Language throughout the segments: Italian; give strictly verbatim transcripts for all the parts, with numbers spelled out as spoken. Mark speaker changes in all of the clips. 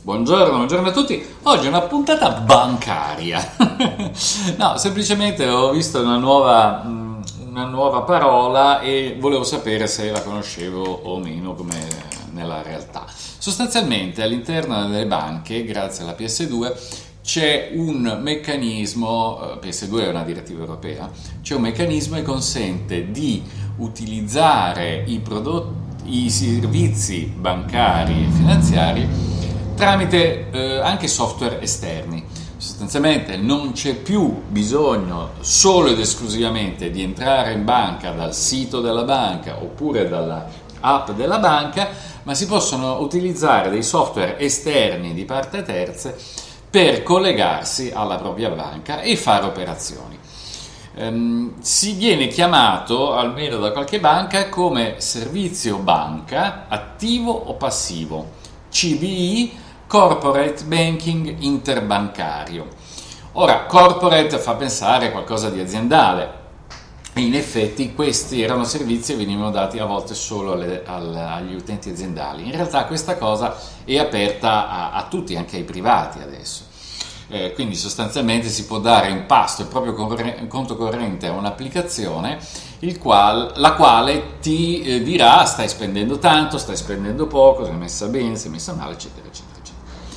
Speaker 1: Buongiorno, buongiorno a tutti. Oggi è una puntata bancaria. No, semplicemente ho visto una nuova, mh, una nuova parola e volevo sapere se la conoscevo o meno come nella realtà. Sostanzialmente all'interno delle banche, grazie alla P S due, c'è un meccanismo, P S due è una direttiva europea, c'è un meccanismo che consente di utilizzare i prodotti, i servizi bancari e finanziari tramite eh, anche software esterni. Sostanzialmente non c'è più bisogno solo ed esclusivamente di entrare in banca dal sito della banca oppure dalla app della banca, ma si possono utilizzare dei software esterni di parte terze per collegarsi alla propria banca e fare operazioni. Um, si viene chiamato, almeno da qualche banca, come servizio banca attivo o passivo, C B I, Corporate Banking Interbancario. Ora, corporate fa pensare a qualcosa di aziendale, e in effetti questi erano servizi che venivano dati a volte solo alle, al, agli utenti aziendali. In realtà questa cosa è aperta a, a tutti, anche ai privati adesso. Eh, quindi sostanzialmente si può dare in pasto il proprio corre- conto corrente a un'applicazione il qual, la quale ti eh, dirà stai spendendo tanto, stai spendendo poco, sei messa bene, sei messa male, eccetera, eccetera, eccetera.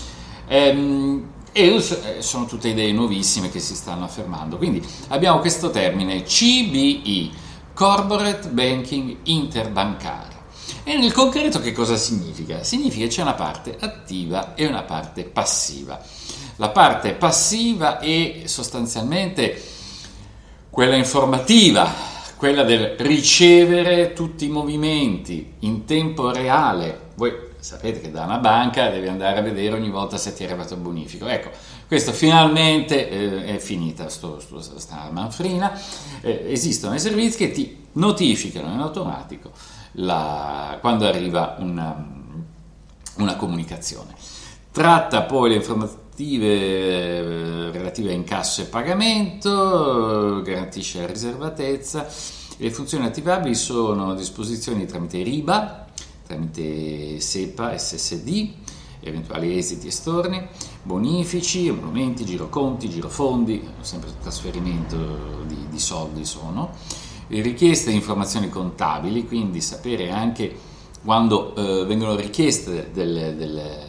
Speaker 1: Ehm, e sono tutte idee nuovissime che si stanno affermando. Quindi abbiamo questo termine C B I, Corporate Banking Interbancario. E nel concreto che cosa significa? Significa che c'è una parte attiva e una parte passiva. La parte passiva è sostanzialmente quella informativa, quella del ricevere tutti i movimenti in tempo reale. Voi sapete che da una banca devi andare a vedere ogni volta se ti è arrivato il bonifico. Ecco, questo finalmente eh, è finita sto, sto, sta manfrina. Eh, esistono dei servizi che ti notificano in automatico la, quando arriva una, una comunicazione. Tratta poi le informazioni relative a incasso e pagamento, garantisce la riservatezza. Le funzioni attivabili sono a disposizione tramite R I B A, tramite SEPA, S S D, eventuali esiti estorni, bonifici, emolumenti, giroconti, girofondi, sempre trasferimento di, di soldi sono, richieste di informazioni contabili, quindi sapere anche quando eh, vengono richieste delle, delle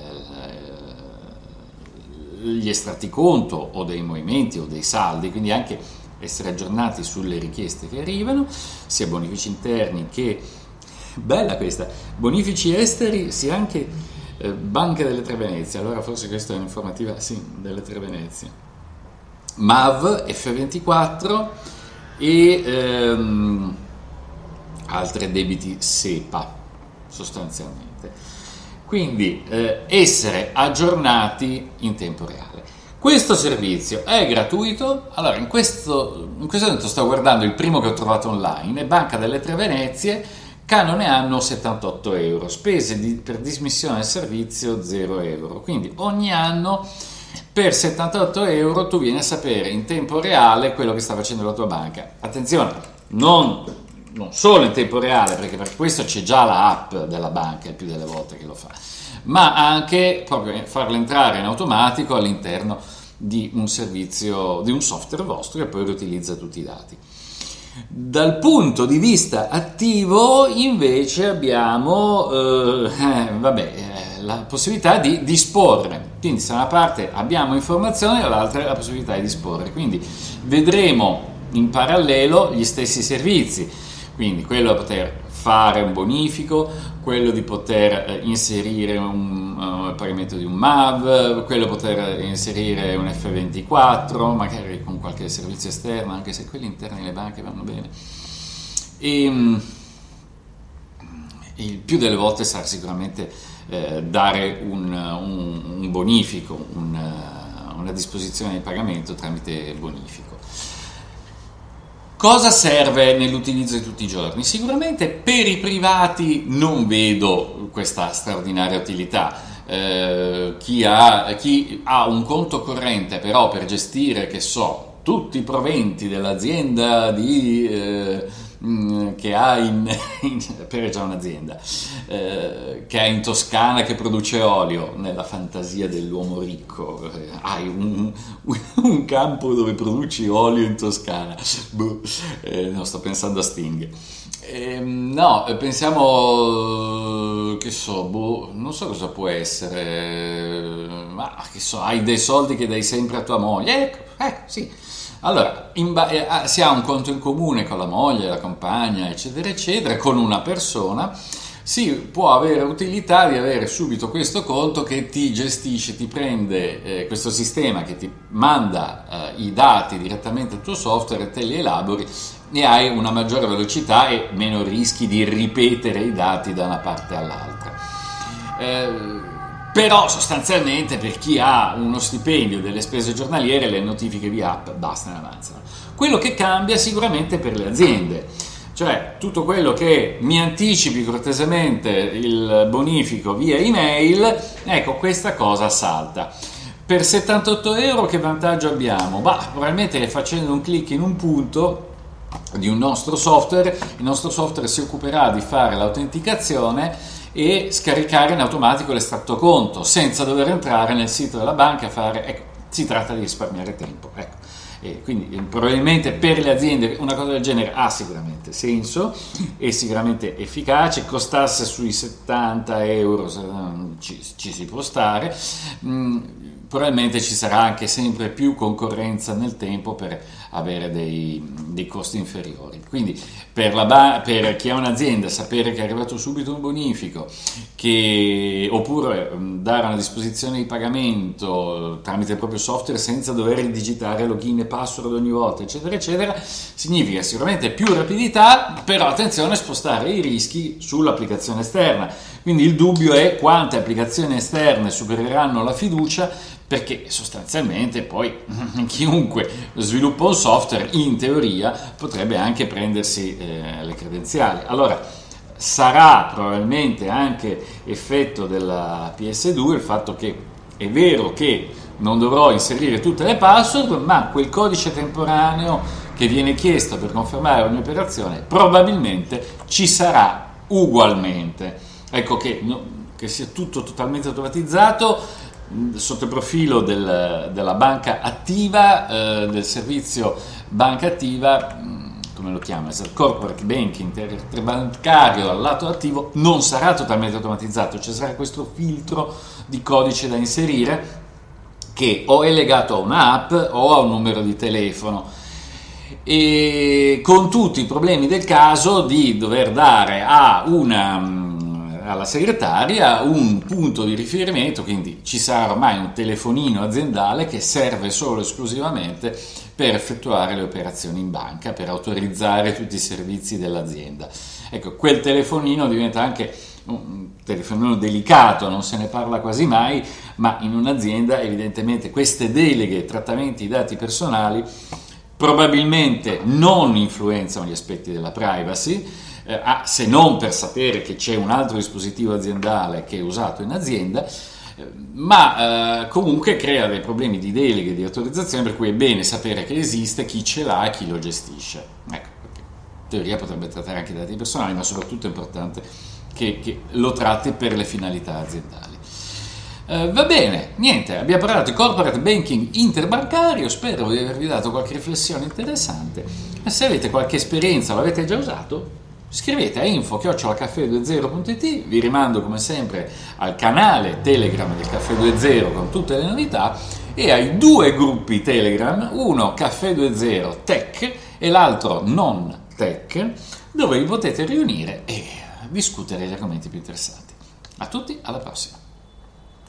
Speaker 1: gli estratti conto o dei movimenti o dei saldi, quindi anche essere aggiornati sulle richieste che arrivano, sia bonifici interni che, bella questa, bonifici esteri, sia anche eh, Banca delle Tre Venezie, allora forse questa è un'informativa, sì, delle Tre Venezie, M A V, F ventiquattro e ehm, altre debiti SEPA sostanzialmente. Quindi eh, essere aggiornati in tempo reale. Questo servizio è gratuito. Allora, in questo, in questo momento sto guardando il primo che ho trovato online, è Banca delle Tre Venezie, canone anno settantotto euro, spese di, per dismissione del servizio zero euro. Quindi ogni anno per settantotto euro tu vieni a sapere in tempo reale quello che sta facendo la tua banca. Attenzione, non... non solo in tempo reale, perché per questo c'è già la app della banca il più delle volte che lo fa, ma anche proprio farlo entrare in automatico all'interno di un servizio, di un software vostro che poi riutilizza tutti i dati. Dal punto di vista attivo invece abbiamo eh, eh, vabbè, eh, la possibilità di disporre, quindi se da una parte abbiamo informazioni dall'altra la possibilità di disporre, quindi vedremo in parallelo gli stessi servizi. Quindi quello di poter fare un bonifico, quello di poter eh, inserire un uh, pagamento di un M A V, quello di poter inserire un F ventiquattro, magari con qualche servizio esterno, anche se quelli interni delle banche vanno bene. E, um, il più delle volte sarà sicuramente eh, dare un, un, un bonifico, un, uh, una disposizione di pagamento tramite bonifico. Cosa serve nell'utilizzo di tutti i giorni? Sicuramente per i privati non vedo questa straordinaria utilità. Eh, chi, ha, chi ha un conto corrente però per gestire, che so, tutti i proventi dell'azienda di, eh, mh, che ha in, in per è già un'azienda eh, che ha in Toscana, che produce olio, nella fantasia dell'uomo ricco, eh, hai un, un, un campo dove produci olio in Toscana. Boh, eh, no, sto pensando a Sting. Eh, no, pensiamo, che so, boh, non so cosa può essere, ma che so, hai dei soldi che dai sempre a tua moglie, ecco, ecco, sì. Allora, in ba- eh, si ha un conto in comune con la moglie, la compagna, eccetera, eccetera, con una persona, si può avere utilità di avere subito questo conto che ti gestisce, ti prende eh, questo sistema che ti manda eh, i dati direttamente al tuo software e te li elabori, e hai una maggiore velocità e meno rischi di ripetere i dati da una parte all'altra. Eh, però sostanzialmente per chi ha uno stipendio, delle spese giornaliere, le notifiche via app bastano e avanzano. Quello che cambia sicuramente per le aziende, cioè tutto quello che mi anticipi cortesemente il bonifico via email, ecco, questa cosa salta. Per settantotto euro che vantaggio abbiamo? Bah, probabilmente facendo un clic in un punto di un nostro software, il nostro software si occuperà di fare l'autenticazione e scaricare in automatico l'estratto conto senza dover entrare nel sito della banca a fare, ecco, si tratta di risparmiare tempo, ecco. E quindi probabilmente per le aziende una cosa del genere ha sicuramente senso, è sicuramente efficace, costasse sui settanta euro ci, ci si può stare. mm, probabilmente ci sarà anche sempre più concorrenza nel tempo per avere dei, dei costi inferiori. Quindi per, la ba- per chi ha un'azienda sapere che è arrivato subito un bonifico, che, oppure mh, dare una disposizione di pagamento tramite il proprio software senza dover digitare login e password ogni volta, eccetera, eccetera, significa sicuramente più rapidità, però attenzione a spostare i rischi sull'applicazione esterna. Quindi il dubbio è quante applicazioni esterne supereranno la fiducia, perché sostanzialmente poi chiunque sviluppa un software in teoria potrebbe anche prendersi eh, le credenziali. Allora sarà probabilmente anche effetto della P S due il fatto che è vero che non dovrò inserire tutte le password, ma quel codice temporaneo che viene chiesto per confermare ogni operazione probabilmente ci sarà ugualmente. Ecco che, no, che sia tutto totalmente automatizzato sotto il profilo del, della banca attiva, eh, del servizio banca attiva, come lo chiama, il corporate banking interbancario al lato attivo, non sarà totalmente automatizzato, ci sarà questo filtro di codice da inserire che o è legato a un'app o a un numero di telefono, e con tutti i problemi del caso di dover dare a una alla segretaria un punto di riferimento, quindi ci sarà ormai un telefonino aziendale che serve solo e esclusivamente per effettuare le operazioni in banca, per autorizzare tutti i servizi dell'azienda. Ecco, quel telefonino diventa anche un telefonino delicato, non se ne parla quasi mai, ma in un'azienda evidentemente queste deleghe, trattamenti di dati personali probabilmente non influenzano gli aspetti della privacy, Eh, se non per sapere che c'è un altro dispositivo aziendale che è usato in azienda, eh, ma eh, comunque crea dei problemi di deleghe, di autorizzazione, per cui è bene sapere che esiste, chi ce l'ha e chi lo gestisce. Ecco, in teoria potrebbe trattare anche i dati personali, ma soprattutto è importante che, che lo tratti per le finalità aziendali. Uh, va bene, niente, abbiamo parlato di corporate banking interbancario, spero di avervi dato qualche riflessione interessante. Se avete qualche esperienza, l'avete già usato, scrivete a info chiocciola caffè due zero punto it, vi rimando come sempre al canale Telegram del Caffè due zero con tutte le novità e ai due gruppi Telegram, uno Caffè due zero Tech e l'altro Non Tech, dove vi potete riunire e discutere gli argomenti più interessanti. A tutti, alla prossima!